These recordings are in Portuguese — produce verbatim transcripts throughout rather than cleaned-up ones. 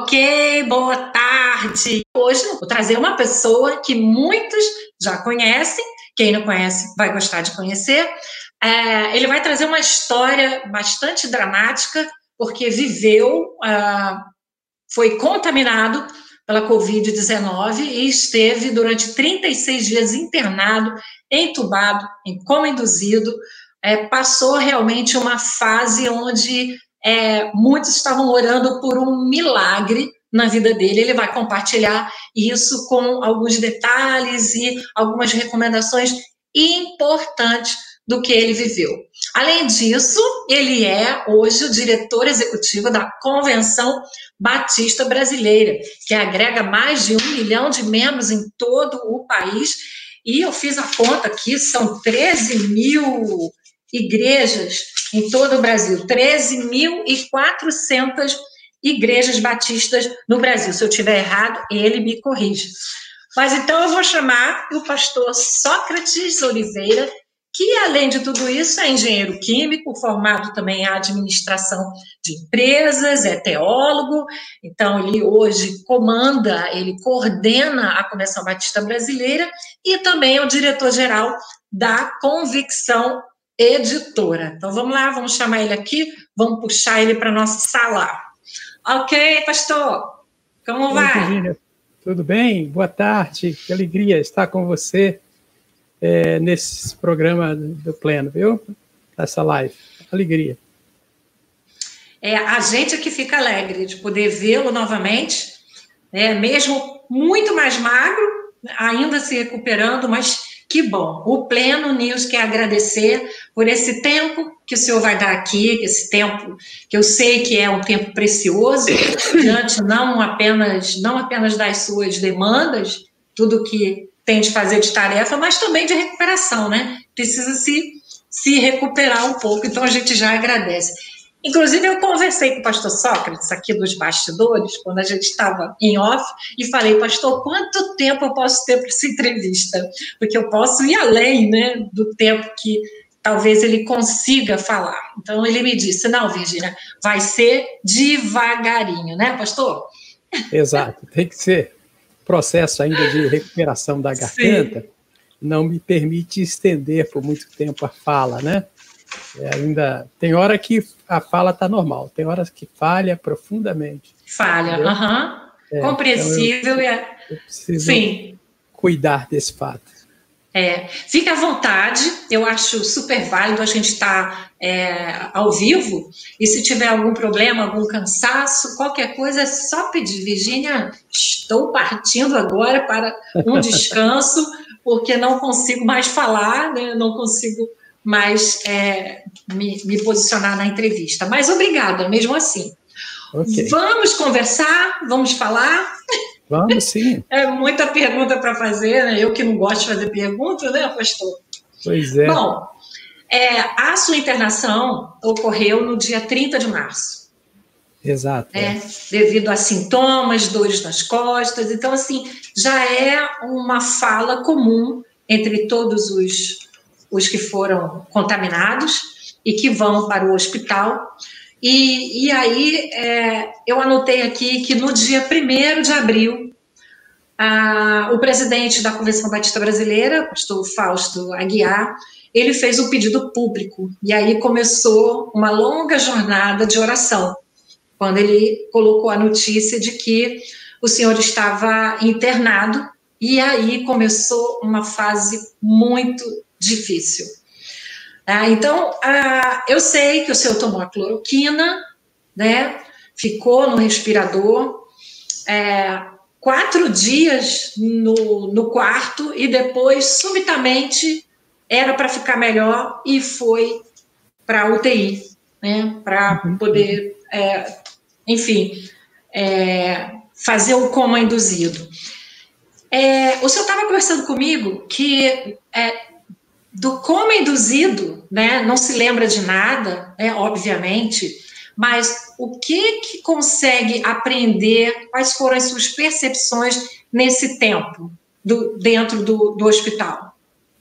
Ok, boa tarde. Hoje vou trazer uma pessoa que muitos já conhecem, quem não conhece vai gostar de conhecer. É, ele vai trazer uma história bastante dramática, porque viveu, ah, foi contaminado pela covid dezenove e esteve durante trinta e seis dias internado, entubado, em coma induzido. É, passou realmente uma fase onde é, muitos estavam orando por um milagre na vida dele. Ele vai compartilhar isso com alguns detalhes e algumas recomendações importantes do que ele viveu. Além disso, ele é hoje o diretor executivo da Convenção Batista Brasileira, que agrega mais de um milhão de membros em todo o país. E eu fiz a conta aqui, são treze mil igrejas em todo o Brasil, treze mil e quatrocentas igrejas batistas no Brasil. Se eu estiver errado, ele me corrige. Mas então eu vou chamar o pastor Sócrates Oliveira, que, além de tudo isso, é engenheiro químico, formado também em administração de empresas, é teólogo. Então, ele hoje comanda, ele coordena a Convenção Batista Brasileira e também é o diretor-geral da Convicção Editora. Então, vamos lá, vamos chamar ele aqui, vamos puxar ele para a nossa sala. Ok, pastor, como Oi, vai? Virgínia, tudo bem? Boa tarde, que alegria estar com você é, nesse programa do Pleno, viu? Essa live, alegria. É, a gente é que fica alegre de poder vê-lo novamente, né, mesmo muito mais magro, ainda se recuperando, mas que bom. O Pleno News quer agradecer por esse tempo que o senhor vai dar aqui, esse tempo que eu sei que é um tempo precioso, diante não apenas, não apenas das suas demandas, tudo que tem de fazer de tarefa, mas também de recuperação, né? Precisa se, se recuperar um pouco, então a gente já agradece. Inclusive, eu conversei com o pastor Sócrates, aqui dos bastidores, quando a gente estava em off, e falei, pastor, quanto tempo eu posso ter para essa entrevista? Porque eu posso ir além, né, do tempo que talvez ele consiga falar. Então, ele me disse, não, Virgínia, vai ser devagarinho, né, pastor? Exato, tem que ser. O processo ainda de recuperação da garganta Sim. não me permite estender por muito tempo a fala, né? É, ainda tem hora que a fala está normal, tem horas que falha profundamente. Falha, aham. Uhum. É, compreensível. Então eu, eu preciso Sim. cuidar desse fato. É, fique à vontade, eu acho super válido a gente estar é, ao vivo, e se tiver algum problema, algum cansaço, qualquer coisa, é só pedir. Virgínia, estou partindo agora para um descanso, porque não consigo mais falar, né, não consigo mais é, me, me posicionar na entrevista. Mas obrigada, mesmo assim. Okay. Vamos conversar? Vamos falar? Vamos, sim. É muita pergunta para fazer, né? Eu que não gosto de fazer perguntas, né, pastor? Pois é. Bom, é, a sua internação ocorreu no dia trinta de março. Exato. É, é. Devido a sintomas, dores nas costas. Então, assim, já é uma fala comum entre todos os, os que foram contaminados e que vão para o hospital. E, e aí, é, eu anotei aqui que no dia primeiro de abril, a, o presidente da Convenção Batista Brasileira, pastor Fausto Aguiar, ele fez um pedido público, e aí começou uma longa jornada de oração, quando ele colocou a notícia de que o senhor estava internado, e aí começou uma fase muito difícil. Ah, então, ah, eu sei que o senhor tomou a cloroquina, né? Ficou no respirador, é, quatro dias no, no quarto e depois, subitamente, era para ficar melhor e foi para a U T I, né? Para poder, é, enfim, é, fazer o coma induzido. É, o senhor estava conversando comigo que... É, do coma induzido, né, não se lembra de nada, né, obviamente, mas o que que consegue aprender, quais foram as suas percepções nesse tempo, do, dentro do, do hospital?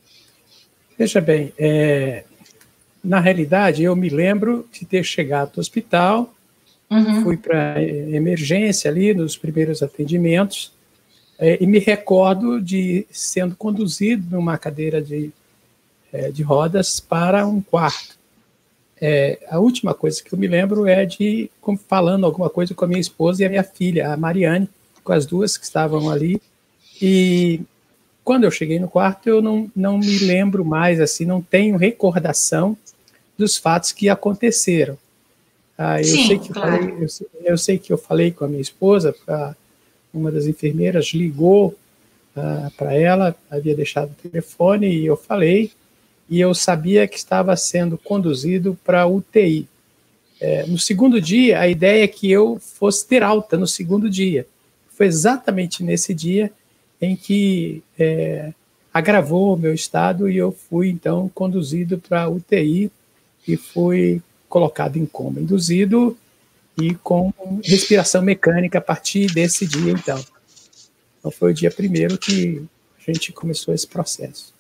Veja bem, é, na realidade, eu me lembro de ter chegado no hospital Uhum. Fui para emergência ali nos primeiros atendimentos, é, e me recordo de sendo conduzido numa cadeira de, é, de rodas para um quarto. É, a última coisa que eu me lembro é de falando alguma coisa com a minha esposa e a minha filha, a Mariane, com as duas que estavam ali. E quando eu cheguei no quarto, eu não, não me lembro mais, assim, não tenho recordação dos fatos que aconteceram. Ah, eu, Sim, sei que eu, claro. falei, eu, eu sei que eu falei com a minha esposa, pra, uma das enfermeiras ligou ah, para ela, havia deixado o telefone e eu falei, e eu sabia que estava sendo conduzido para a U T I. É, no segundo dia, a ideia é que eu fosse ter alta no segundo dia. Foi exatamente nesse dia em que é, agravou o meu estado e eu fui, então, conduzido para a U T I e fui colocado em coma induzido e com respiração mecânica a partir desse dia, então. Então, foi o dia primeiro que a gente começou esse processo.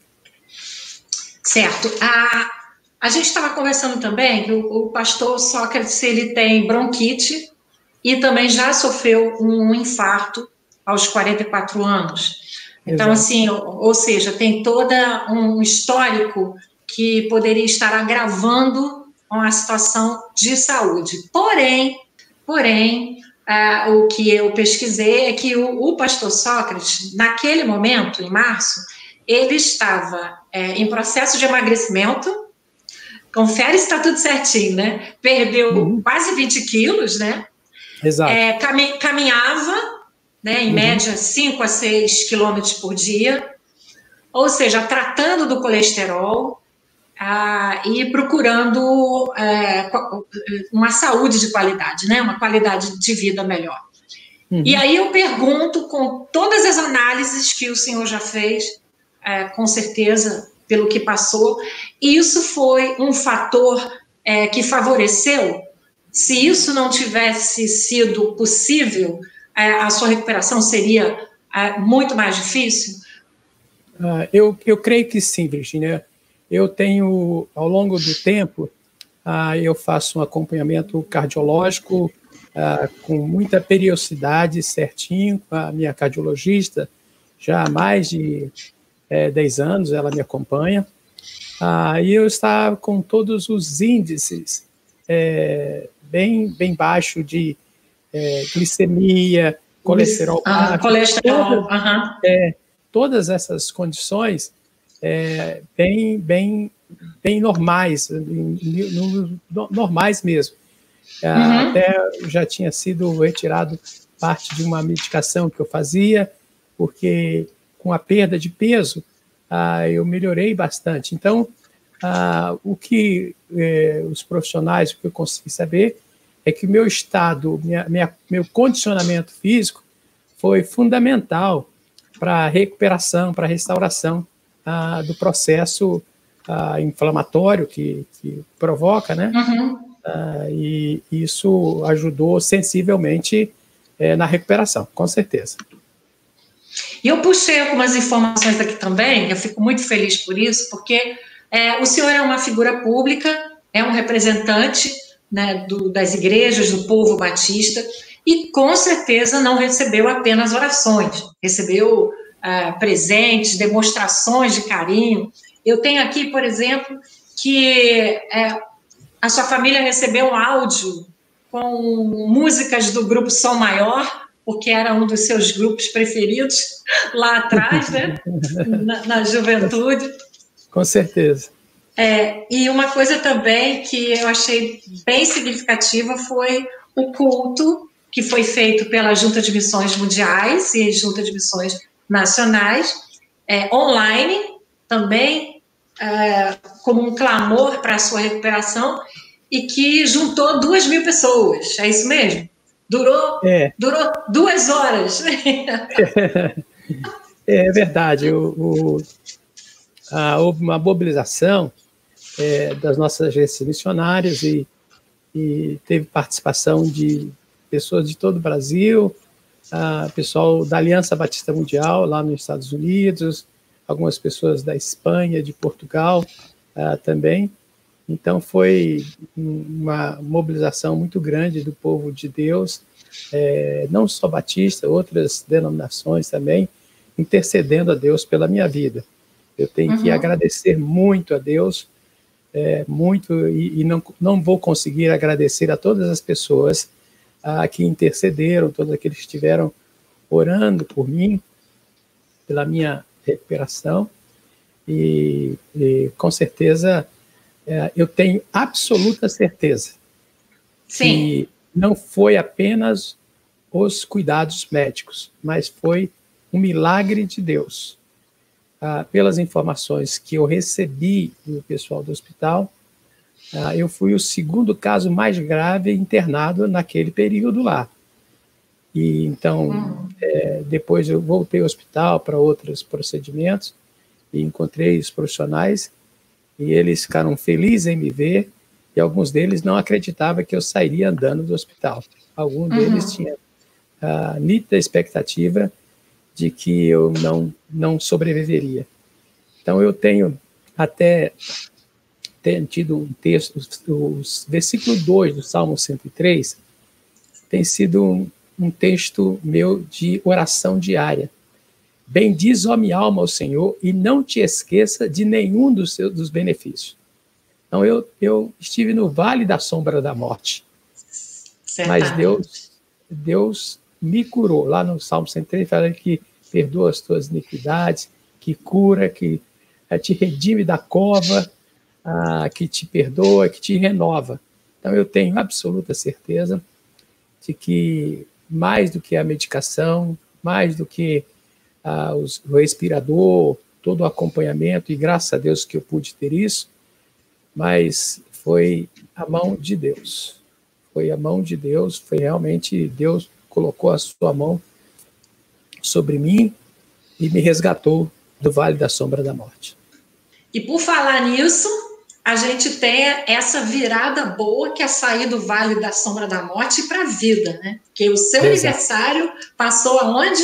Certo. A, a gente estava conversando também que o, o pastor Sócrates, ele tem bronquite e também já sofreu um infarto aos quarenta e quatro anos. Então, Exato. assim, ou, ou seja, tem todo um histórico que poderia estar agravando uma situação de saúde. Porém, porém, ah, o que eu pesquisei é que o, o pastor Sócrates, naquele momento, em março, ele estava é, em processo de emagrecimento, confere se está tudo certinho, né? Perdeu uhum. quase vinte quilos, né? Exato. É, cami- caminhava, né, em uhum. média, cinco a seis quilômetros por dia, ou seja, tratando do colesterol ah, e procurando é, uma saúde de qualidade, né? Uma qualidade de vida melhor. Uhum. E aí eu pergunto, com todas as análises que o senhor já fez, É, com certeza, pelo que passou, isso foi um fator é, que favoreceu? Se isso não tivesse sido possível, é, a sua recuperação seria é, muito mais difícil? Uh, eu, eu creio que sim, Virginia. Eu tenho, ao longo do tempo, uh, eu faço um acompanhamento cardiológico uh, com muita periodicidade, certinho, com a minha cardiologista, já há mais de É, dez anos, ela me acompanha, ah, e eu estava com todos os índices é, bem, bem baixo de é, glicemia, colesterol baixo, ah, colesterol, todas, uh-huh. é, todas essas condições é, bem, bem, bem normais, no, no, normais mesmo. Uh-huh. Até já tinha sido retirado parte de uma medicação que eu fazia, porque com a perda de peso, ah, eu melhorei bastante. Então, ah, o que eh, os profissionais, o que eu consegui saber, é que o meu estado, minha, minha, meu condicionamento físico foi fundamental para a recuperação, para a restauração ah, do processo ah, inflamatório que, que provoca, né? Uhum. Ah, e isso ajudou sensivelmente eh, na recuperação, com certeza. E eu puxei algumas informações aqui também, eu fico muito feliz por isso, porque é, o senhor é uma figura pública, é um representante, né, do, das igrejas, do povo batista, e com certeza não recebeu apenas orações, recebeu é, presentes, demonstrações de carinho. Eu tenho aqui, por exemplo, que é, a sua família recebeu um áudio com músicas do grupo Som Maior, porque era um dos seus grupos preferidos lá atrás, né? na, na juventude. Com certeza. É, e uma coisa também que eu achei bem significativa foi o culto que foi feito pela Junta de Missões Mundiais e Junta de Missões Nacionais, é, online, também é, como um clamor para a sua recuperação, e que juntou duas mil pessoas, é isso mesmo? Durou, é. durou duas horas. É, é verdade. O, o, a, houve uma mobilização é, das nossas agências missionárias e, e teve participação de pessoas de todo o Brasil, a pessoal da Aliança Batista Mundial lá nos Estados Unidos, algumas pessoas da Espanha, de Portugal a, também. Então, foi uma mobilização muito grande do povo de Deus, é, não só batista, outras denominações também, intercedendo a Deus pela minha vida. Eu tenho uhum. que agradecer muito a Deus, é, muito, e, e não, não vou conseguir agradecer a todas as pessoas ah, que intercederam, todos aqueles que estiveram orando por mim, pela minha recuperação, e, e com certeza é, eu tenho absoluta certeza Sim. que não foi apenas os cuidados médicos, mas foi um milagre de Deus. Ah, pelas informações que eu recebi do pessoal do hospital, ah, eu fui o segundo caso mais grave internado naquele período lá. E então, hum. é, depois eu voltei ao hospital para outros procedimentos e encontrei os profissionais e eles ficaram felizes em me ver e alguns deles não acreditavam que eu sairia andando do hospital. Alguns uhum. deles tinham a nítida expectativa de que eu não, não sobreviveria. Então, eu tenho até tenho tido um texto, o versículo dois do Salmo cento e três, tem sido um, um texto meu de oração diária. Bendiz, ó minha alma, ao Senhor, e não te esqueça de nenhum dos seus dos benefícios. Então, eu, eu estive no vale da sombra da morte, certamente. Mas Deus, Deus me curou. Lá no Salmo cento e três, fala que perdoa as tuas iniquidades, que cura, que te redime da cova, ah, que te perdoa, que te renova. Então, eu tenho absoluta certeza de que, mais do que a medicação, mais do que ah, os, o respirador, todo o acompanhamento, e graças a Deus que eu pude ter isso, mas foi a mão de Deus. Foi a mão de Deus, foi realmente Deus colocou a sua mão sobre mim e me resgatou do vale da sombra da morte. E por falar nisso, a gente tem essa virada boa que é sair do vale da sombra da morte para a vida, né? Porque o seu Exato. Aniversário passou aonde?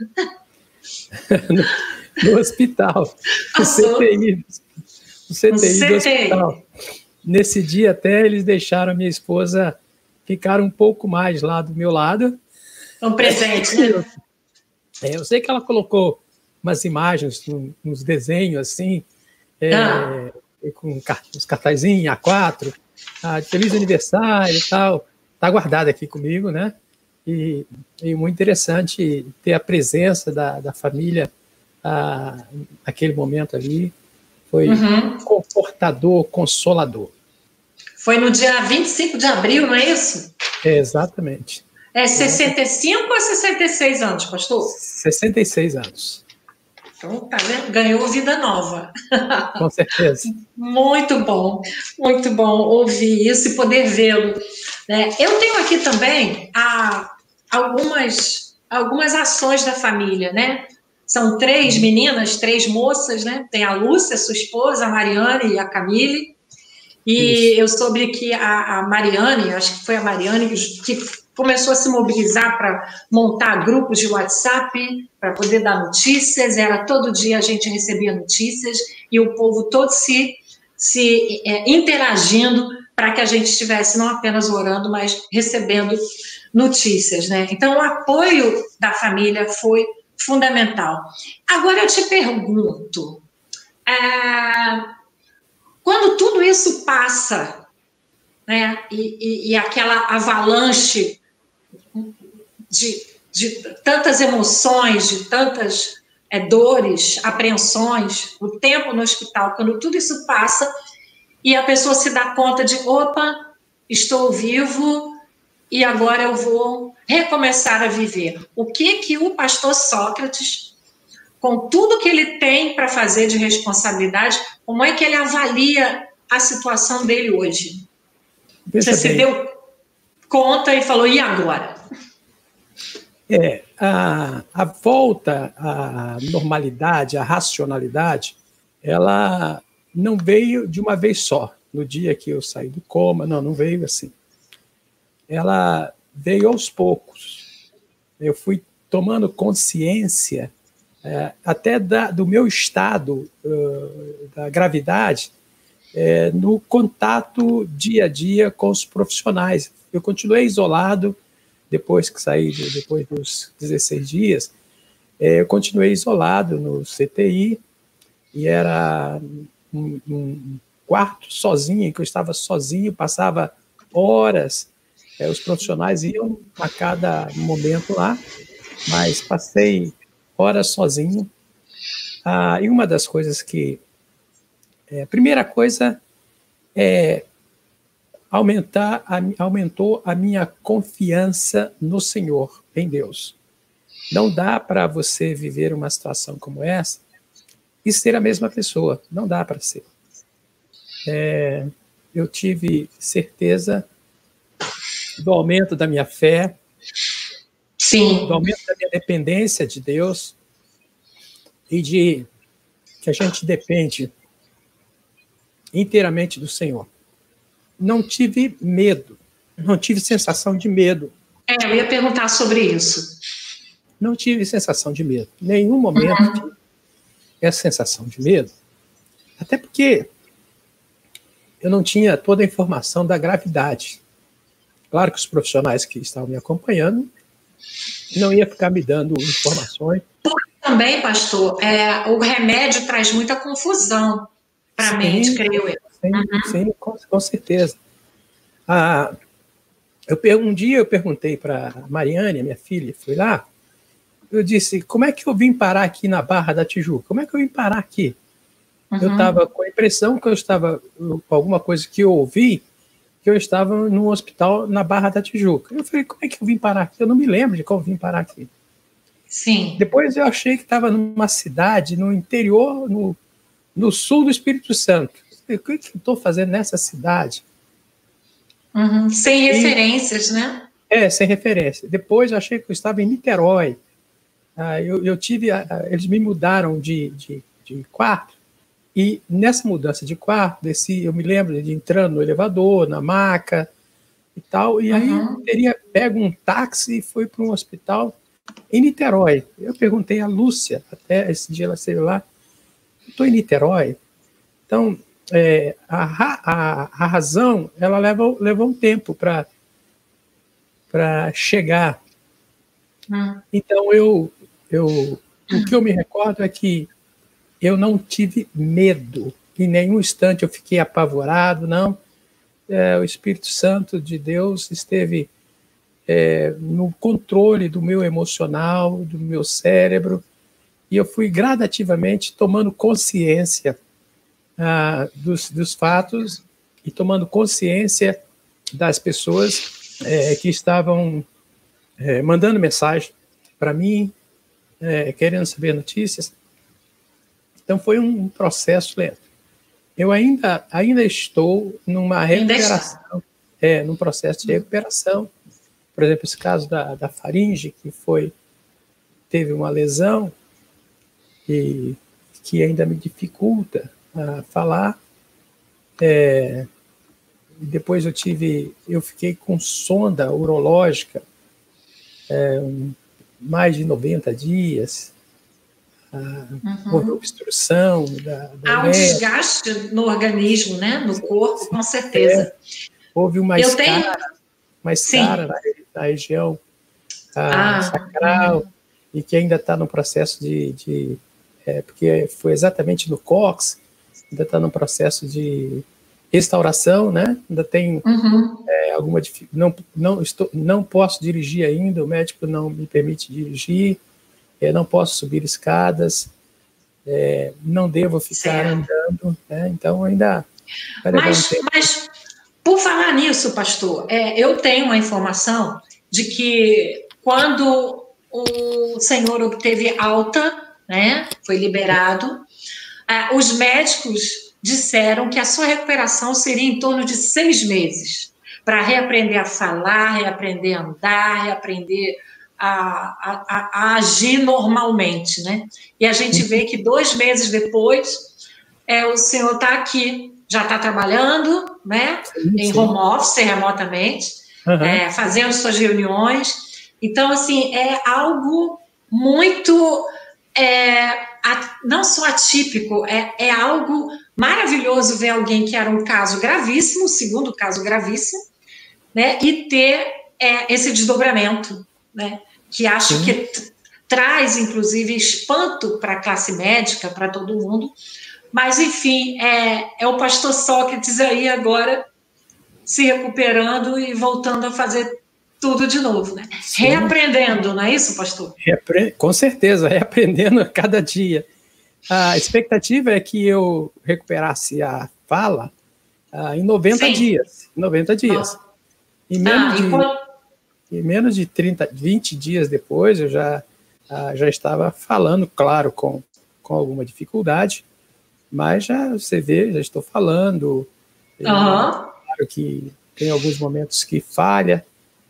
no, no hospital, passou. no C T I, no C T I no do C T I. Hospital. Nesse dia até eles deixaram a minha esposa ficar um pouco mais lá do meu lado. Um presente, né? É, eu sei que ela colocou umas imagens, uns desenhos assim, é, ah. com uns cartazinhos A quatro, ah, de feliz aniversário e tal. Está guardado aqui comigo, né? E, e muito interessante ter a presença da, da família ah, naquele momento ali. Foi uhum. confortador, consolador. Foi no dia vinte e cinco de abril, não é isso? É, exatamente. É sessenta e cinco ou sessenta e seis anos, pastor? sessenta e seis anos. Então, tá vendo? Ganhou vida nova. Com certeza. Muito bom, muito bom ouvir isso e poder vê-lo. Né? Eu tenho aqui também a, algumas, algumas ações da família, né? São três meninas, três moças, né? Tem a Lúcia, sua esposa, a Mariane e a Camille. E isso. Eu soube que a, a Mariane, acho que foi a Mariane que começou a se mobilizar para montar grupos de WhatsApp, para poder dar notícias. Era todo dia a gente recebia notícias e o povo todo se, se é, interagindo para que a gente estivesse não apenas orando, mas recebendo notícias, né? Então, o apoio da família foi fundamental. Agora eu te pergunto, é, quando tudo isso passa, né, e, e, e aquela avalanche de, de tantas emoções, de tantas é, dores, apreensões, o tempo no hospital, quando tudo isso passa e a pessoa se dá conta de, opa, estou vivo e agora eu vou recomeçar a viver. O que que o pastor Sócrates, com tudo que ele tem para fazer de responsabilidade, como é que ele avalia a situação dele hoje? Pensa Você bem. Se deu conta e falou, e agora? É, a, a volta à normalidade, à racionalidade, ela não veio de uma vez só, no dia que eu saí do coma, não, não veio assim. Ela veio aos poucos. Eu fui tomando consciência é, até da, do meu estado uh, da gravidade, é, no contato dia a dia com os profissionais. Eu continuei isolado depois que saí, depois dos dezesseis dias, é, eu continuei isolado no C T I, e era um, um quarto sozinho, que eu estava sozinho, passava horas, é, os profissionais iam a cada momento lá, mas passei horas sozinho. Ah, e uma das coisas que... É, a primeira coisa é aumentar a, aumentou a minha confiança no Senhor, em Deus. Não dá para você viver uma situação como essa e ser a mesma pessoa. Não dá para ser. É, eu tive certeza do aumento da minha fé, Sim. do aumento da minha dependência de Deus e de que a gente depende inteiramente do Senhor. Não tive medo, não tive sensação de medo. É, eu ia perguntar sobre isso. Não tive sensação de medo. Em nenhum momento uhum. tive essa sensação de medo. Até porque eu não tinha toda a informação da gravidade. Claro que os profissionais que estavam me acompanhando não iam ficar me dando informações. Porque também, pastor, é, o remédio traz muita confusão para a mente, creio eu. Sim, uhum. sim, com, com certeza. Ah, eu, um dia eu perguntei para a Mariane, minha filha, fui lá, eu disse, como é que eu vim parar aqui na Barra da Tijuca? Como é que eu vim parar aqui? Uhum. Eu estava com a impressão que eu estava, com alguma coisa que eu ouvi, que eu estava num hospital na Barra da Tijuca. Eu falei, como é que eu vim parar aqui? Eu não me lembro de como eu vim parar aqui. Sim. Depois eu achei que estava numa cidade, no interior, no, no sul do Espírito Santo. Eu falei, o que eu estou fazendo nessa cidade? Uhum. Sem e, referências, né? É, sem referência. Depois eu achei que eu estava em Niterói. Ah, eu, eu tive, ah, eles me mudaram de, de, de quarto, e nessa mudança de quarto, desci, eu me lembro de entrando no elevador, na maca e tal, e aí uhum. eu teria pego um táxi e fui para um hospital em Niterói. Eu perguntei à Lúcia, até esse dia ela esteve lá, estou em Niterói. Então, é, a, a, a razão, ela leva, leva um tempo para para chegar. Hum. Então, eu, eu, o que eu me recordo é que eu não tive medo. Em nenhum instante eu fiquei apavorado, não. É, o Espírito Santo de Deus esteve é, no controle do meu emocional, do meu cérebro, e eu fui gradativamente tomando consciência ah, dos, dos fatos e tomando consciência das pessoas é, que estavam é, mandando mensagem para mim, é, querendo saber notícias. Então foi um processo lento. Eu ainda, ainda estou numa recuperação, é, num processo de recuperação. Por exemplo, esse caso da, da faringe, que foi, teve uma lesão e que ainda me dificulta a falar. É, depois eu tive, eu fiquei com sonda urológica é, um, mais de noventa dias. Ah, uhum. Houve obstrução da, da há um desgaste no organismo, né? No sim, corpo, sim, com certeza. É. Houve uma eu escara, tenho... uma escara na, na região ah, ah, sacral, uhum. e que ainda está no processo de... de é, porque foi exatamente no cóccix, ainda está no processo de restauração, né? Ainda tem uhum. é, alguma dificuldade. Não, não, estou, não posso dirigir ainda, o médico não me permite dirigir, eu não posso subir escadas, é, não devo ficar certo. andando, né? Então ainda vai levar mas, um tempo. Mas, por falar nisso, pastor, é, eu tenho uma informação de que quando o senhor obteve alta, né, foi liberado, é, os médicos disseram que a sua recuperação seria em torno de seis meses, para reaprender a falar, reaprender a andar, reaprender A, a, a agir normalmente, né? E a gente vê que dois meses depois, é, o senhor está aqui, já está trabalhando, né? Sim, em sim. home office, remotamente, uhum. é, fazendo suas reuniões. Então, assim, é algo muito, é, a, não só atípico, é, é algo maravilhoso ver alguém que era um caso gravíssimo, segundo caso gravíssimo, né, e ter é, esse desdobramento, né, que acho Sim. que traz, inclusive, espanto para a classe médica, para todo mundo, mas, enfim, é, é o pastor Sócrates aí agora se recuperando e voltando a fazer tudo de novo, né? Sim. Reaprendendo, não é isso, pastor? Reapre... Com certeza, reaprendendo a cada dia. A expectativa é que eu recuperasse a fala uh, em noventa Sim. dias. noventa dias. Ah. E menos, ah, de, e quando... e menos de trinta, vinte dias depois, eu já, uh, já estava falando, claro, com, com alguma dificuldade, mas já você vê, já estou falando. Uhum. E, claro que tem alguns momentos que falha,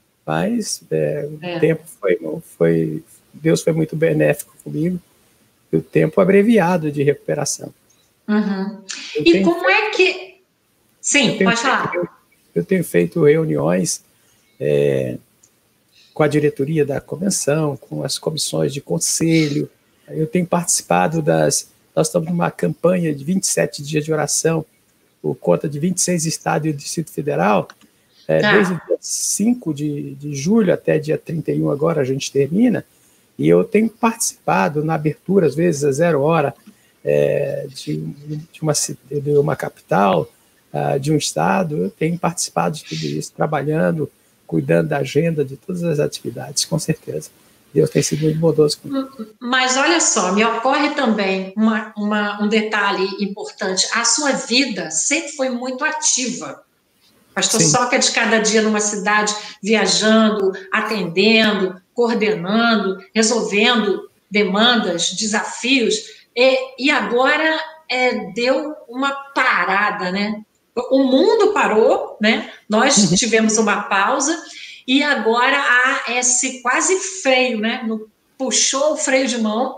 mas é, é. o tempo foi, foi... Deus foi muito benéfico comigo. O tempo abreviado de recuperação. Uhum. E como feito, é que... Sim, pode falar. Feito, eu tenho feito reuniões é, com a diretoria da convenção, com as comissões de conselho. Eu tenho participado das... Nós estamos numa campanha de vinte e sete dias de oração, por conta de vinte e seis estados e o Distrito Federal. É, ah. Desde o dia cinco de, de julho até dia trinta e um, agora a gente termina. E eu tenho participado na abertura, às vezes, a zero hora, é, de, de, uma, de uma capital, uh, de um estado. Eu tenho participado de tudo isso, trabalhando, cuidando da agenda, de todas as atividades, com certeza. Deus tem sido muito bondoso comigo. Mas olha só, me ocorre também uma, uma, um detalhe importante. A sua vida sempre foi muito ativa. Pastor Sócrates, cada dia numa cidade, viajando, atendendo, coordenando, resolvendo demandas, desafios, e, e agora é, deu uma parada, né? O mundo parou, né? Nós uhum. tivemos uma pausa, e agora há esse quase freio, né? No, puxou o freio de mão,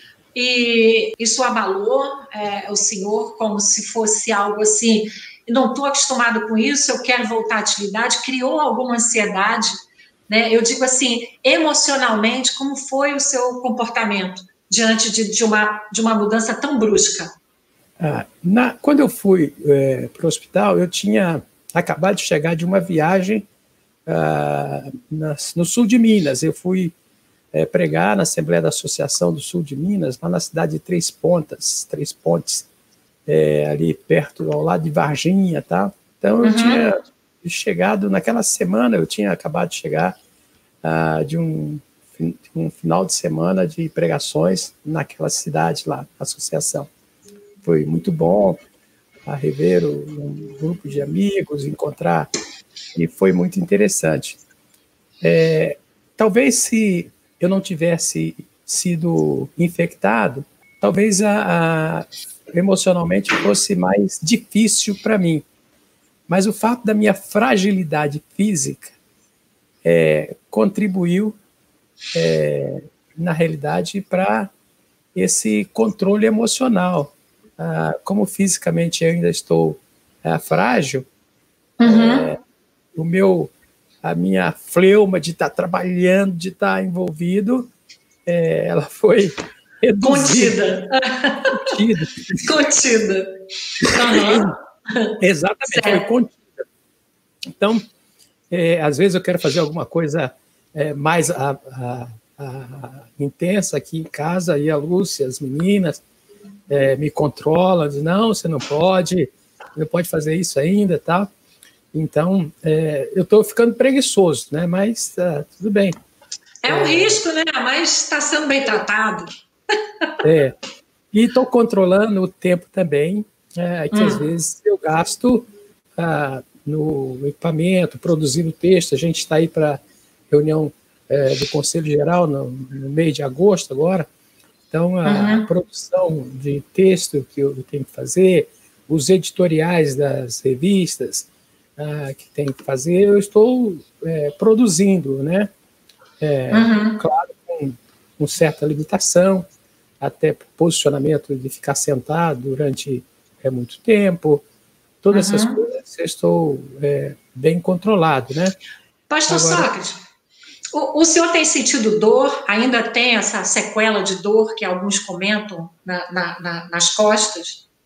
e isso abalou é, o senhor como se fosse algo assim... não estou acostumado com isso, eu quero voltar à atividade, criou alguma ansiedade, né? Eu digo assim, emocionalmente, como foi o seu comportamento diante de, de, uma, de uma mudança tão brusca? Ah, na, quando eu fui é, para o hospital, eu tinha acabado de chegar de uma viagem ah, na, no sul de Minas. Eu fui é, pregar na Assembleia da Associação do Sul de Minas, lá na cidade de Três Pontas, Três Pontes, É, ali perto, ao lado de Varginha, tá? Então eu uhum. tinha chegado, naquela semana, eu tinha acabado de chegar uh, de, um, de um final de semana de pregações naquela cidade lá, associação. Foi muito bom a rever um grupo de amigos, encontrar, e foi muito interessante. É, talvez se eu não tivesse sido infectado, talvez a, a emocionalmente fosse mais difícil para mim. Mas o fato da minha fragilidade física é, contribuiu, é, na realidade, para esse controle emocional. Ah, como fisicamente eu ainda estou é, frágil, uhum. é, o meu, a minha fleuma de estar tá trabalhando, de estar tá envolvido, é, ela foi... Contida. Contida. Contida. Uhum. Exatamente, certo. Foi contida. Então, é, às vezes eu quero fazer alguma coisa é, mais a, a, a, intensa aqui em casa, e a Lúcia, as meninas, é, me controlam, dizem, não, você não pode, não pode fazer isso ainda, tá? Então, é, eu estou ficando preguiçoso, né? Mas tá, tudo bem. É um é, risco, né? Mas está sendo bem tratado. É, e estou controlando o tempo também, é, que hum. às vezes eu gasto ah, no equipamento, produzindo texto. A gente está aí para reunião é, do Conselho Geral no, no mês de agosto agora, então a uhum. produção de texto que eu tenho que fazer, os editoriais das revistas ah, que tenho que fazer, eu estou é, produzindo, né? É, uhum. Claro, com, com certa limitação, até posicionamento de ficar sentado durante é, muito tempo, todas uhum. essas coisas eu estou é, bem controlado, né? Pastor Agora, Sócrates, o, o senhor tem sentido dor? Ainda tem essa sequela de dor que alguns comentam na, na, na, nas costas?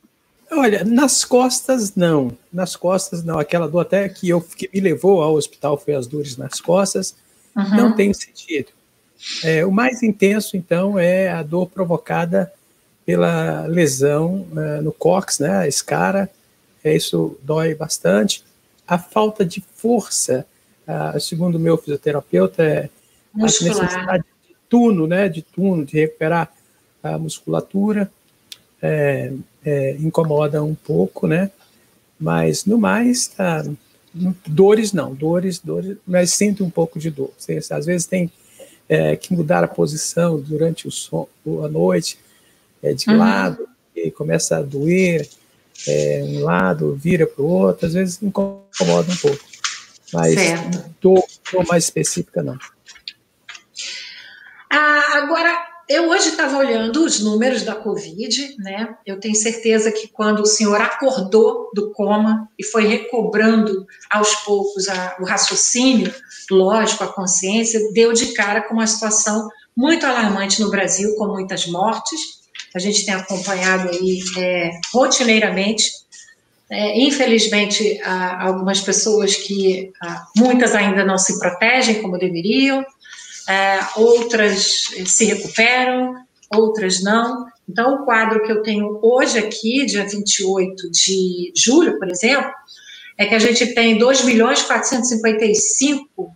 Olha, nas costas não, nas costas não, aquela dor até que, eu, que me levou ao hospital foi as dores nas costas, uhum. Não tenho sentido. É, o mais intenso, então, é a dor provocada pela lesão uh, no cóccix, né, a escara, é, isso dói bastante. A falta de força, uh, segundo o meu fisioterapeuta, é muscular. A necessidade de tuno, né, de tuno, de recuperar a musculatura, é, é, incomoda um pouco, né, mas no mais, tá, dores não, dores, dores, mas sinto um pouco de dor. Às vezes tem é, que mudar a posição durante o som, a noite, é, de uhum. lado, e começa a doer, é, um lado vira para o outro, às vezes incomoda um pouco, mas certo. dor, dor mais específica não. Ah, agora, eu hoje estava olhando os números da Covid, né? Eu tenho certeza que quando o senhor acordou do coma e foi recobrando aos poucos a, o raciocínio, lógico, a consciência, deu de cara com uma situação muito alarmante no Brasil, com muitas mortes. A gente tem acompanhado aí é, rotineiramente. É, infelizmente, há algumas pessoas que, muitas ainda não se protegem como deveriam, é, outras se recuperam, outras não. Então, o quadro que eu tenho hoje aqui, dia vinte e oito de julho, por exemplo, é que a gente tem dois milhões quatrocentos e cinquenta e cinco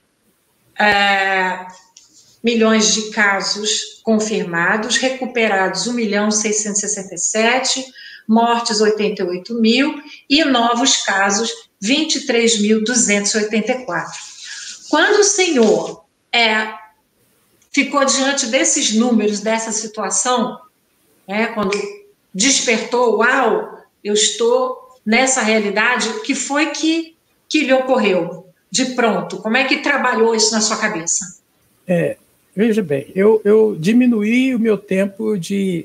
é, milhões de casos confirmados, recuperados um milhão seiscentos e sessenta e sete, mortes oitenta e oito mil e novos casos vinte e três mil duzentos e oitenta e quatro. Quando o senhor é, ficou diante desses números, dessa situação, né, quando despertou, uau, eu estou nessa realidade, o que foi que, que lhe ocorreu de pronto? Como é que trabalhou isso na sua cabeça? É, veja bem, eu, eu diminuí o meu tempo de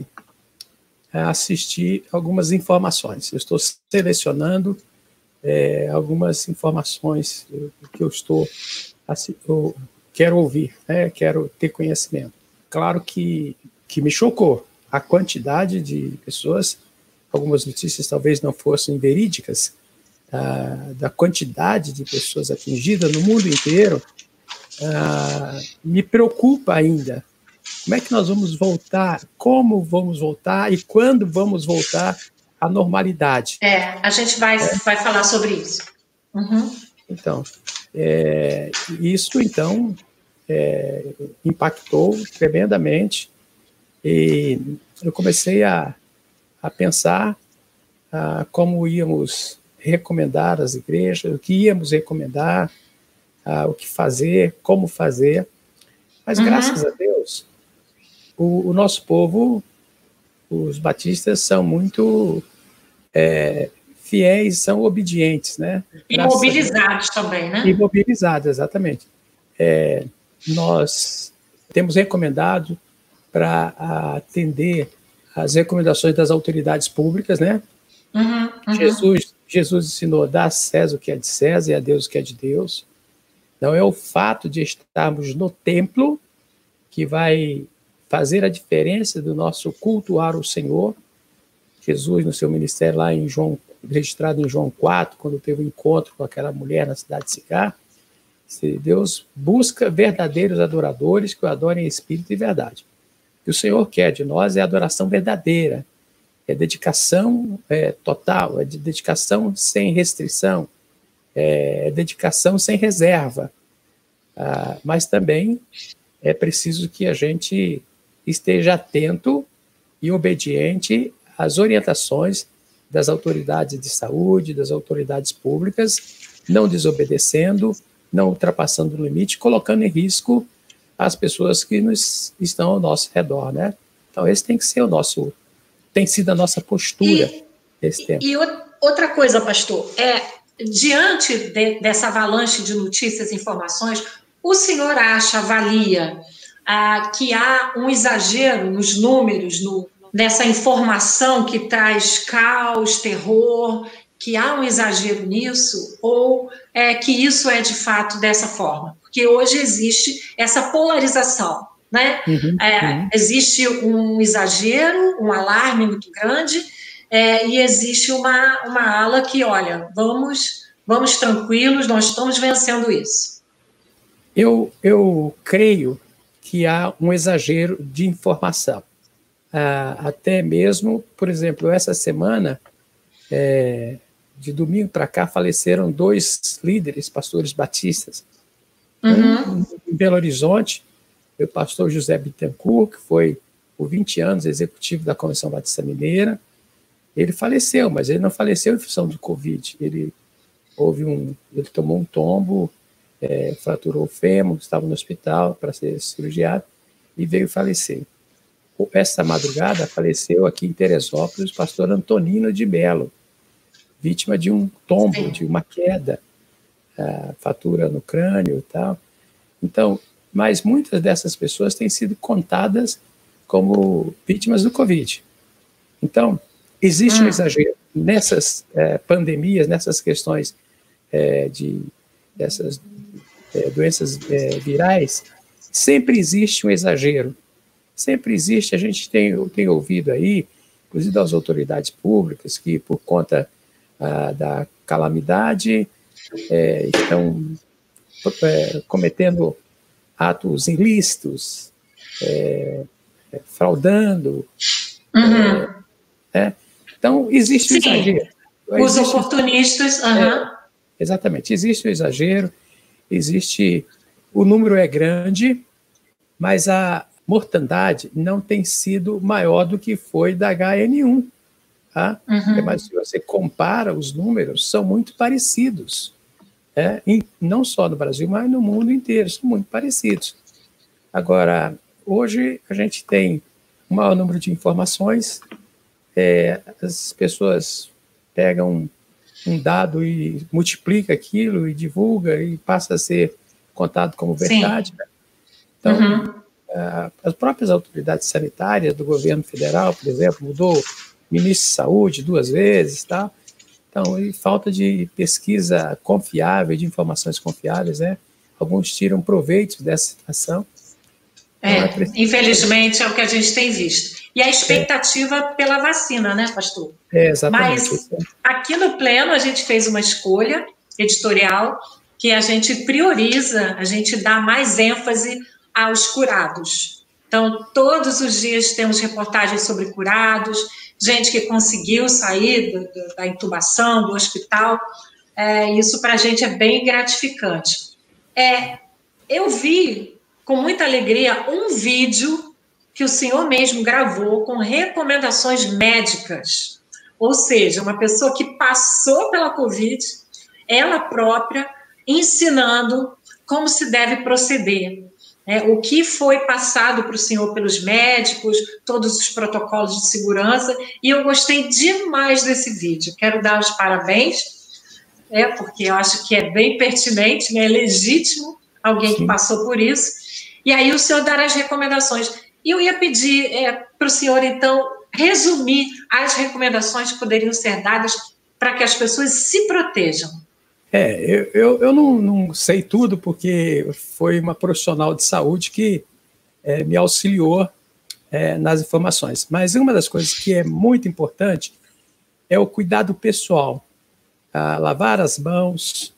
assistir algumas informações. Eu estou selecionando é, algumas informações que eu estou assim, eu quero ouvir, né? Quero ter conhecimento. Claro que, que me chocou a quantidade de pessoas, algumas notícias talvez não fossem verídicas, ah, da quantidade de pessoas atingidas no mundo inteiro, ah, me preocupa ainda. Como é que nós vamos voltar? Como vamos voltar? E quando vamos voltar à normalidade? É, a gente vai, é. vai falar sobre isso. Uhum. Então, é, isso, então, é, impactou tremendamente e eu comecei a, a pensar a, como íamos recomendar às igrejas, o que íamos recomendar, a, o que fazer, como fazer. Mas, uhum. graças a Deus, O, o nosso povo, os batistas, são muito é, fiéis, são obedientes, né? E mobilizados também, né? E mobilizados, exatamente. É, nós temos recomendado para atender as recomendações das autoridades públicas, né? Uhum, uhum. Jesus, Jesus ensinou, dá a César o que é de César e a Deus o que é de Deus. Não é o fato de estarmos no templo que vai fazer a diferença do nosso cultuar o Senhor. Jesus, no seu ministério, lá em João, registrado em João quatro, quando teve um encontro com aquela mulher na cidade de Sicar, Deus busca verdadeiros adoradores que o adorem em espírito e verdade. O que o Senhor quer de nós é adoração verdadeira, é dedicação é, total, é de dedicação sem restrição, é dedicação sem reserva, ah, mas também é preciso que a gente esteja atento e obediente às orientações das autoridades de saúde, das autoridades públicas, não desobedecendo, não ultrapassando o limite, colocando em risco as pessoas que nos, estão ao nosso redor, né? Então, esse tem que ser o nosso, tem sido a nossa postura e, nesse tempo. E outra coisa, pastor, é, diante de, dessa avalanche de notícias e informações, o senhor acha, avalia, ah, que há um exagero nos números, no, nessa informação que traz caos, terror, que há um exagero nisso, ou é, que isso é de fato dessa forma? Porque hoje existe essa polarização, né? Uhum, é, uhum. Existe um exagero, um alarme muito grande, é, e existe uma, uma ala que, olha, vamos, vamos tranquilos, nós estamos vencendo isso. Eu, eu creio que há um exagero de informação. Ah, até mesmo, por exemplo, essa semana, é, de domingo para cá, faleceram dois líderes, pastores batistas. Uhum. Um, em Belo Horizonte, o pastor José Bittencourt, que foi por vinte anos executivo da Convenção Batista Mineira. Ele faleceu, mas ele não faleceu em função do Covid. Ele, houve um, ele tomou um tombo, é, fraturou o fêmur, estava no hospital para ser cirurgiado e veio falecer. Essa madrugada faleceu aqui em Teresópolis o pastor Antonino de Melo, vítima de um tombo, Sim. de uma queda, a fratura no crânio e tal. Então, mas muitas dessas pessoas têm sido contadas como vítimas do Covid. Então, existe hum. um exagero nessas é, pandemias, nessas questões é, de dessas é, doenças é, virais, sempre existe um exagero. Sempre existe, a gente tem, tem ouvido aí, inclusive das autoridades públicas, que por conta ah, da calamidade é, estão é, cometendo atos ilícitos, é, é, fraudando. Uhum. É, então, existe o exagero. Os existe, oportunistas. Uhum. É, exatamente, existe o exagero, existe. O número é grande, mas a mortandade não tem sido maior do que foi da H N um. Tá? Uhum. Mas se você compara os números, são muito parecidos. É, em, não só no Brasil, mas no mundo inteiro, são muito parecidos. Agora, hoje a gente tem um maior número de informações, é, as pessoas pegam um, um dado e multiplica aquilo e divulga e passa a ser contado como verdade. Né? Então, uhum. uh, as próprias autoridades sanitárias do governo federal, por exemplo, mudou o ministro de saúde duas vezes, tá? Então, e falta de pesquisa confiável, de informações confiáveis, né? Alguns tiram proveito dessa situação. É, então, é infelizmente é o que a gente tem visto. E a expectativa é. pela vacina, né, pastor? É, exatamente. Mas aqui no Pleno a gente fez uma escolha editorial que a gente prioriza, a gente dá mais ênfase aos curados. Então, todos os dias temos reportagens sobre curados, gente que conseguiu sair do, do, da intubação, do hospital. É, isso para a gente é bem gratificante. É, eu vi com muita alegria um vídeo que o senhor mesmo gravou com recomendações médicas, ou seja, uma pessoa que passou pela Covid, ela própria ensinando como se deve proceder. É, o que foi passado para o senhor pelos médicos, todos os protocolos de segurança, e eu gostei demais desse vídeo. Quero dar os parabéns, é, porque eu acho que é bem pertinente, né, é legítimo alguém Sim. que passou por isso, e aí o senhor dar as recomendações. E eu ia pedir é, para o senhor, então, resumir as recomendações que poderiam ser dadas para que as pessoas se protejam. É, eu, eu, eu não, não sei tudo, porque foi uma profissional de saúde que é, me auxiliou é, nas informações. Mas uma das coisas que é muito importante é o cuidado pessoal. A lavar as mãos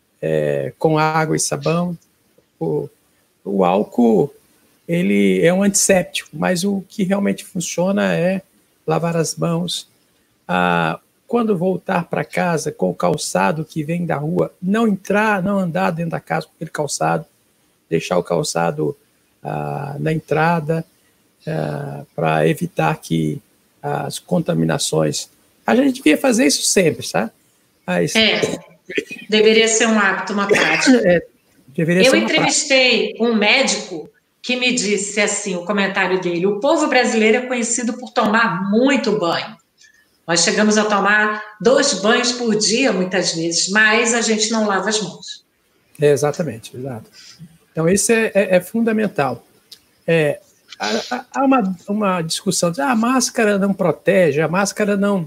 é, com água e sabão. O, o álcool, ele é um antisséptico, mas o que realmente funciona é lavar as mãos. A, Quando voltar para casa com o calçado que vem da rua, não entrar, não andar dentro da casa com aquele calçado, deixar o calçado ah, na entrada, ah, para evitar que as contaminações... A gente devia fazer isso sempre, sabe? Mas... É, deveria ser um hábito, uma prática. É, deveria Eu ser uma entrevistei prática. um médico que me disse assim, o comentário dele, o povo brasileiro é conhecido por tomar muito banho. Nós chegamos a tomar dois banhos por dia, muitas vezes, mas a gente não lava as mãos. É, exatamente, exato. Então, isso é, é, é fundamental. É, há, há uma, uma discussão de ah, a máscara não protege, a máscara não...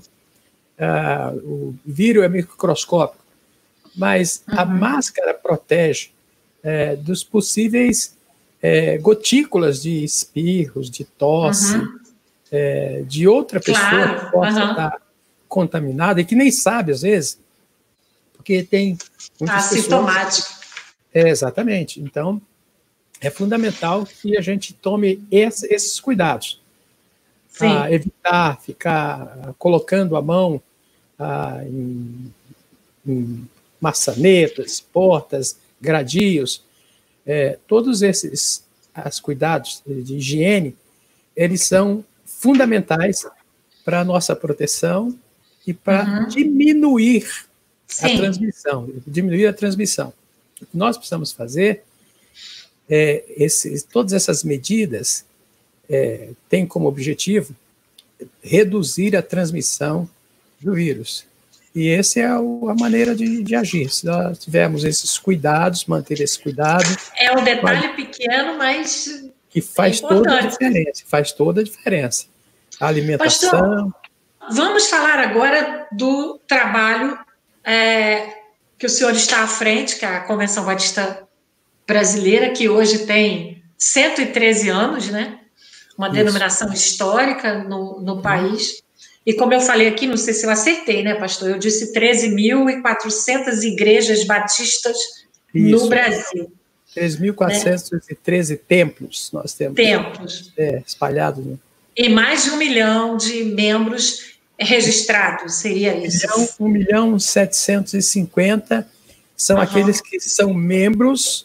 Ah, o vírus é microscópico, mas uhum. a máscara protege é, dos possíveis é, gotículas de espirros, de tosse, uhum. É, de outra pessoa claro. que possa uhum. estar contaminada e que nem sabe, às vezes, porque tem muitas assintomático. Pessoas... É, exatamente. Então, é fundamental que a gente tome esse, esses cuidados. Ah, evitar ficar colocando a mão ah, em, em maçanetas, portas, gradios. É, todos esses as cuidados de higiene, eles são fundamentais para a nossa proteção e para uhum. diminuir Sim. a transmissão, diminuir a transmissão. O que nós precisamos fazer é, esse, todas essas medidas é, têm como objetivo reduzir a transmissão do vírus. E essa é a maneira de, de agir. Se nós tivermos esses cuidados, manter esse cuidado... É um detalhe mas, pequeno, mas que faz é toda a diferença. Faz toda a diferença. A alimentação... Pastor, vamos falar agora do trabalho é, que o senhor está à frente, que é a Convenção Batista Brasileira, que hoje tem cento e treze anos, né? Uma Isso. denominação histórica no, no país. E como eu falei aqui, não sei se eu acertei, né, pastor? Eu disse treze mil e quatrocentas igrejas batistas Isso. no Brasil. treze mil quatrocentos e treze né? templos nós temos. Templos. É, espalhados. Né? E mais de um milhão de membros registrados, seria isso? um milhão setecentos e cinquenta são uhum. aqueles que são membros,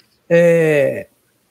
é,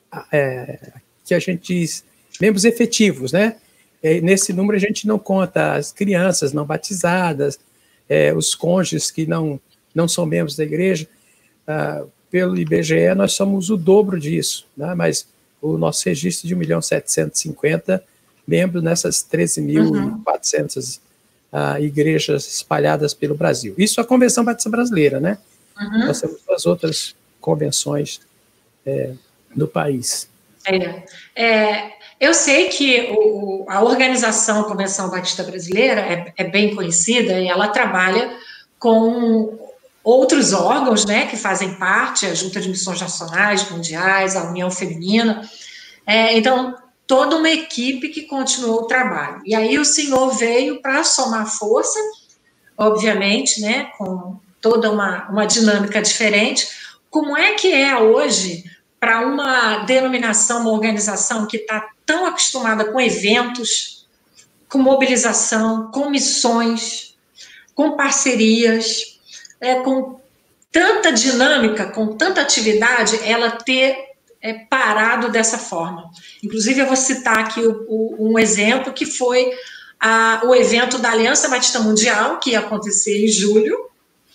é, que a gente diz, membros efetivos, né? Nesse número a gente não conta as crianças não batizadas, é, os cônjuges que não, não são membros da igreja. Ah, pelo I B G E nós somos o dobro disso, né? Mas o nosso registro de um milhão setecentos e cinquenta membros nessas treze mil e quatrocentas uhum. ah, igrejas espalhadas pelo Brasil. Isso é a Convenção Batista Brasileira, né? Uhum. Nós temos as outras convenções é, no país. É, é, eu sei que o, a organização Convenção Batista Brasileira é, é bem conhecida e ela trabalha com outros órgãos, né, que fazem parte, a Junta de Missões Nacionais, Mundiais, a União Feminina, é, então, toda uma equipe que continuou o trabalho. E aí o senhor veio para somar força, obviamente, né, com toda uma, uma dinâmica diferente. Como é que é hoje para uma denominação, uma organização que está tão acostumada com eventos, com mobilização, com missões, com parcerias, é, com tanta dinâmica, com tanta atividade, ela ter é, parado dessa forma? Inclusive, eu vou citar aqui o, o, um exemplo que foi a, o evento da Aliança Batista Mundial, que ia acontecer em julho,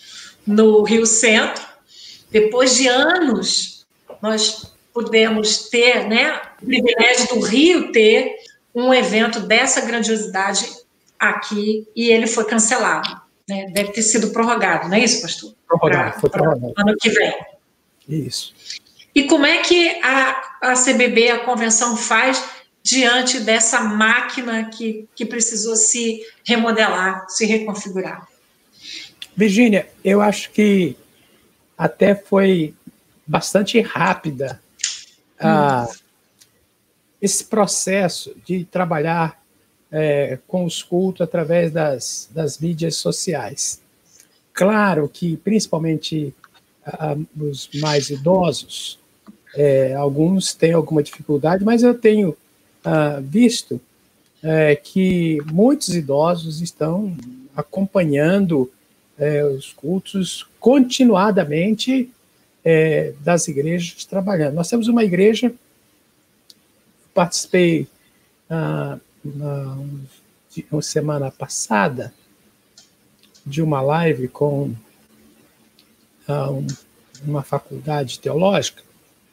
no Rio Centro. Depois de anos, nós pudemos ter, né, o privilégio do Rio ter um evento dessa grandiosidade aqui, e ele foi cancelado, né? Deve ter sido prorrogado, não é isso, pastor? Prorrogado, foi prorrogado. Ano que vem. Isso. E como é que a, a C B B, a convenção, faz diante dessa máquina que, que precisou se remodelar, se reconfigurar? Virgínia, eu acho que até foi bastante rápida hum. ah, esse processo de trabalhar é, com os cultos através das, das mídias sociais. Claro que, principalmente ah, os mais idosos, é, alguns têm alguma dificuldade, mas eu tenho ah, visto é, que muitos idosos estão acompanhando é, os cultos continuadamente é, das igrejas trabalhando. Nós temos uma igreja, participei ah, na, uma semana passada de uma live com ah, um, uma faculdade teológica,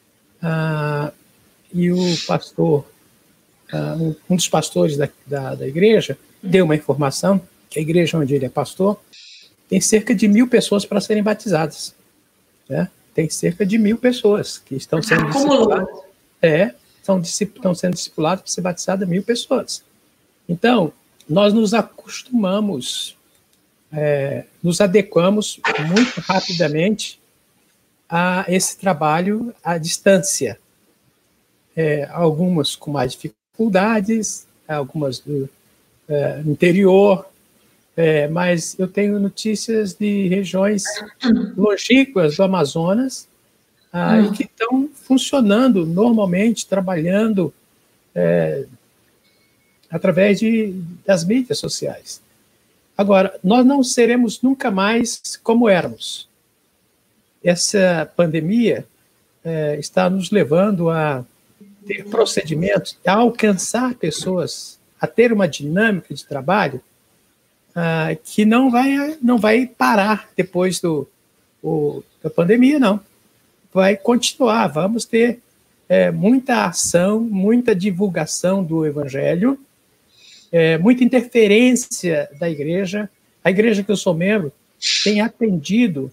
ah, e o pastor, ah, um, um dos pastores da, da, da igreja deu uma informação que a igreja onde ele é pastor tem cerca de mil pessoas para serem batizadas, né? Tem cerca de mil pessoas que estão sendo ah, discipuladas. É, estão, estão sendo discipuladas para ser batizadas mil pessoas. Então, nós nos acostumamos, é, nos adequamos muito rapidamente a esse trabalho à distância. É, algumas com mais dificuldades, algumas do é, interior, é, mas eu tenho notícias de regiões longínquas do Amazonas ah, hum. e que estão funcionando normalmente, trabalhando é, através de, das mídias sociais. Agora, nós não seremos nunca mais como éramos. Essa pandemia é, está nos levando a ter procedimentos, a alcançar pessoas, a ter uma dinâmica de trabalho ah, que não vai, não vai parar depois do, o, da pandemia, não. Vai continuar, vamos ter é, muita ação, muita divulgação do Evangelho, é, muita interferência da igreja. A igreja que eu sou membro tem atendido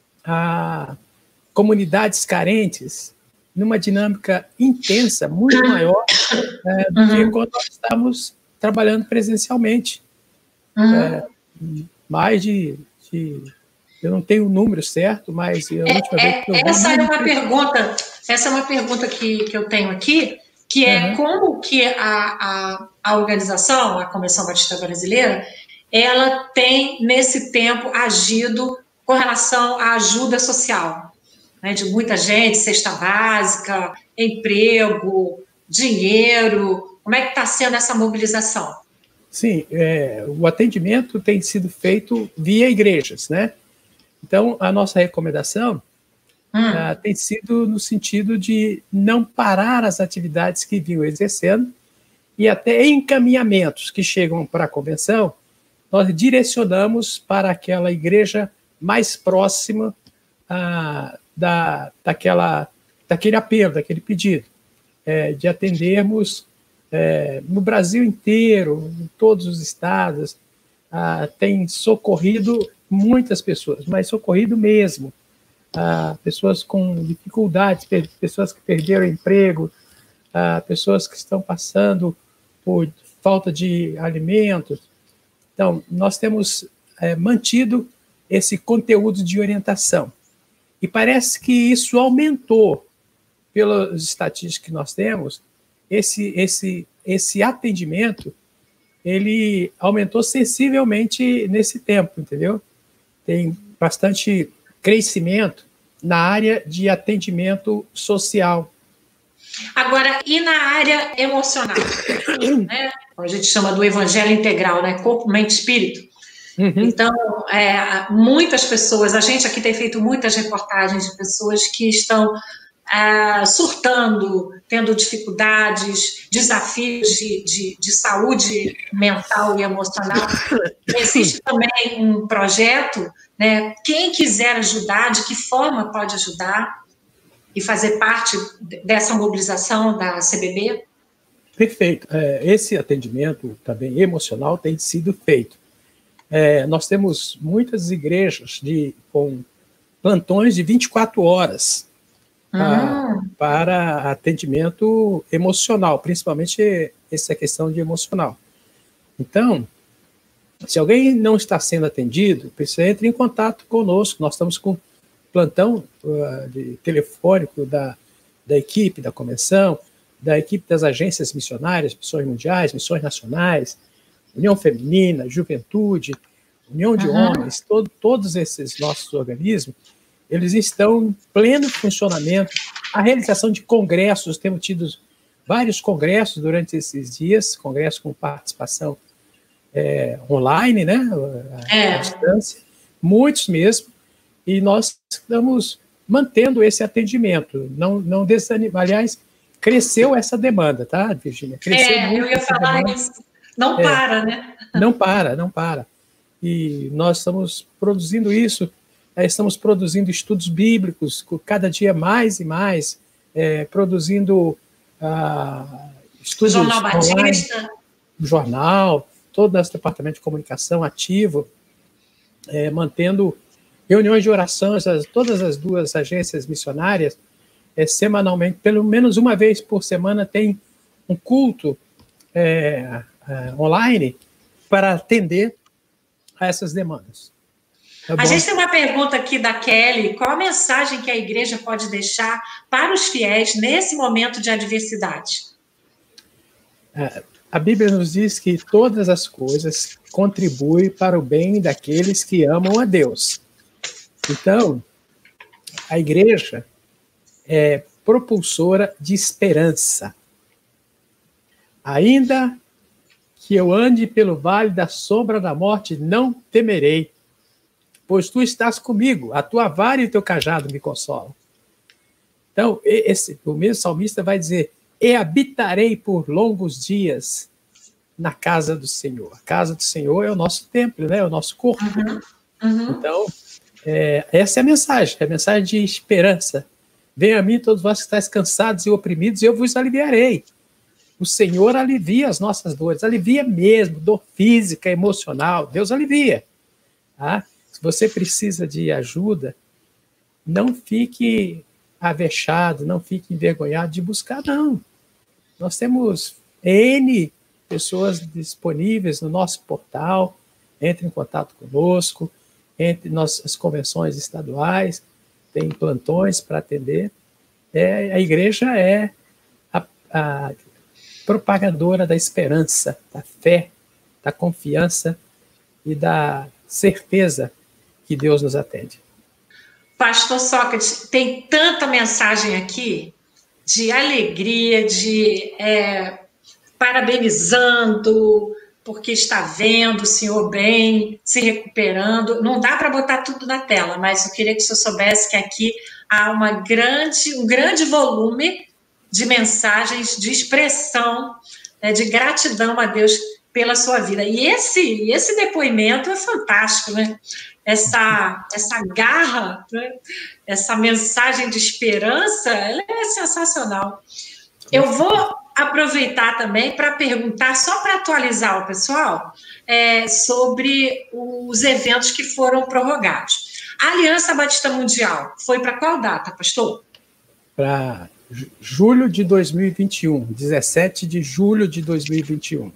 a comunidades carentes numa dinâmica intensa, muito maior é, do uhum. que quando nós estamos trabalhando presencialmente. Uhum. É, mais de, de... Eu não tenho o número certo, mas a última é, vez que eu vi... Essa é uma pergunta, essa é uma pergunta que, que eu tenho aqui, que é uhum. como que a, a, a organização, a Convenção Batista Brasileira, ela tem, nesse tempo, agido com relação à ajuda social, né, de muita gente, cesta básica, emprego, dinheiro. Como é que está sendo essa mobilização? Sim, é, o atendimento tem sido feito via igrejas, né? Então, a nossa recomendação hum. uh, tem sido no sentido de não parar as atividades que vinham exercendo e até encaminhamentos que chegam para a convenção, nós direcionamos para aquela igreja mais próxima uh, da, daquela, daquele apelo, daquele pedido, é, de atendermos é, no Brasil inteiro, em todos os estados, uh, tem socorrido muitas pessoas, mas socorrido mesmo. Ah, pessoas com dificuldades, pessoas que perderam emprego, ah, pessoas que estão passando por falta de alimentos. Então, nós temos é, mantido esse conteúdo de orientação. E parece que isso aumentou, pelas estatísticas que nós temos, esse, esse, esse atendimento, ele aumentou sensivelmente nesse tempo, entendeu? Tem bastante crescimento na área de atendimento social. Agora, e na área emocional? Né? A gente chama do evangelho integral, né? Corpo, mente, espírito. Uhum. Então, é, muitas pessoas, a gente aqui tem feito muitas reportagens de pessoas que estão é, surtando, tendo dificuldades, desafios de, de, de saúde mental e emocional. Existe também um projeto, né? Quem quiser ajudar, de que forma pode ajudar e fazer parte dessa mobilização da C B B? Perfeito. É, esse atendimento também emocional tem sido feito. É, nós temos muitas igrejas de, com plantões de vinte e quatro horas uhum. a, para atendimento emocional, principalmente essa questão de emocional. Então, se alguém não está sendo atendido, você entra em contato conosco. Nós estamos com plantão uh, de telefônico da, da equipe da convenção, da equipe das agências missionárias, missões mundiais, missões nacionais, União Feminina, Juventude, União de uhum. Homens, todo, todos esses nossos organismos, eles estão em pleno funcionamento. A realização de congressos, temos tido vários congressos durante esses dias, congressos com participação É, online, né, à, é. à distância, muitos mesmo, e nós estamos mantendo esse atendimento, não, não desanima, aliás, cresceu essa demanda, tá, Virgínia? Cresceu é, muito eu ia falar demanda. Isso, não é, para, né? Não para, não para, e nós estamos produzindo isso, estamos produzindo estudos bíblicos, cada dia mais e mais, é, produzindo ah, estudos Jornal online, Batista, jornal, todo nosso departamento de comunicação ativo, é, mantendo reuniões de oração, essas, todas as duas agências missionárias, é, semanalmente, pelo menos uma vez por semana, tem um culto é, é, online para atender a essas demandas. Tá a bom? gente tem uma pergunta aqui da Kelly: qual a mensagem que a igreja pode deixar para os fiéis nesse momento de adversidade? É, a Bíblia nos diz que todas as coisas contribuem para o bem daqueles que amam a Deus. Então, a igreja é propulsora de esperança. Ainda que eu ande pelo vale da sombra da morte, não temerei, pois tu estás comigo, a tua vara e o teu cajado me consolam. Então, esse, o mesmo salmista vai dizer, e habitarei por longos dias na casa do Senhor. A casa do Senhor é o nosso templo, né? É o nosso corpo. Uhum, uhum. Então, é, essa é a mensagem, é a mensagem de esperança. Venha a mim todos vós que estáis cansados e oprimidos, e eu vos aliviarei. O Senhor alivia as nossas dores, alivia mesmo, dor física, emocional, Deus alivia. Tá? Se você precisa de ajuda, não fique avexado, não fique envergonhado de buscar, não. Nós temos N pessoas disponíveis no nosso portal, entre em contato conosco, entre nossas convenções estaduais, tem plantões para atender. É, a igreja é a, a propagadora da esperança, da fé, da confiança e da certeza que Deus nos atende. Pastor Sócrates, tem tanta mensagem aqui de alegria, de é, parabenizando, porque está vendo o senhor bem, se recuperando. Não dá para botar tudo na tela, mas eu queria que o senhor soubesse que aqui há uma grande, um grande volume de mensagens de expressão, né, de gratidão a Deus pela sua vida. E esse, esse depoimento é fantástico, né? Essa, essa garra, né? Essa mensagem de esperança, ela é sensacional. Eu vou aproveitar também para perguntar, só para atualizar o pessoal, é, sobre os eventos que foram prorrogados. A Aliança Batista Mundial foi para qual data, pastor? Para julho de dois mil e vinte e um, dezessete de julho de dois mil e vinte e um.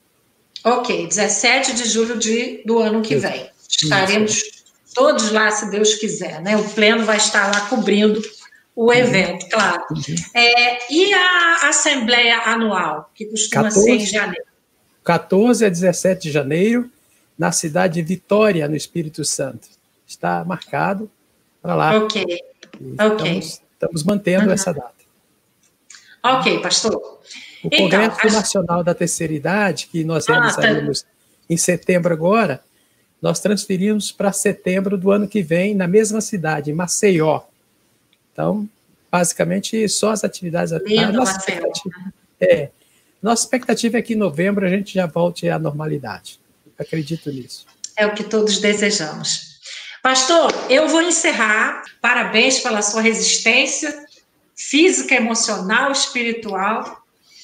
Ok, dezessete de julho de, do ano que vem. Estaremos todos lá, se Deus quiser, né? O Pleno vai estar lá cobrindo o evento, uhum. Claro. Uhum. É, e a Assembleia Anual, que costuma quatorze, ser em janeiro? quatorze a dezessete de janeiro, na cidade de Vitória, no Espírito Santo. Está marcado para lá. Ok, ok. Estamos, estamos mantendo uhum. essa data. Ok, pastor. O Congresso então, Nacional a... da Terceira Idade, que nós realizaremos ah, tá. em setembro agora, nós transferimos para setembro do ano que vem, na mesma cidade, em Maceió. Então, basicamente, só as atividades... Lindo, nossa, Maceió. expectativa, é, nossa expectativa é que em novembro a gente já volte à normalidade. Acredito nisso. É o que todos desejamos. Pastor, eu vou encerrar. Parabéns pela sua resistência física, emocional, espiritual,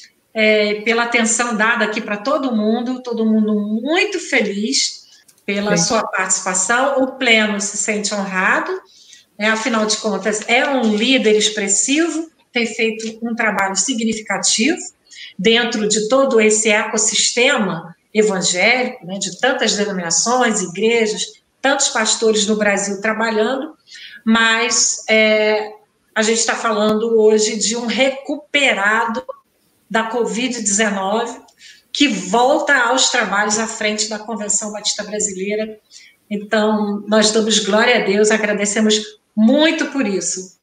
é, pela atenção dada aqui para todo mundo, todo mundo muito feliz pela Sim. sua participação. O Pleno se sente honrado, né? Afinal de contas, é um líder expressivo, tem feito um trabalho significativo dentro de todo esse ecossistema evangélico, né? De tantas denominações, igrejas, tantos pastores no Brasil trabalhando, mas é, a gente está falando hoje de um recuperado da covid dezenove, que volta aos trabalhos à frente da Convenção Batista Brasileira. Então, nós damos glória a Deus, agradecemos muito por isso.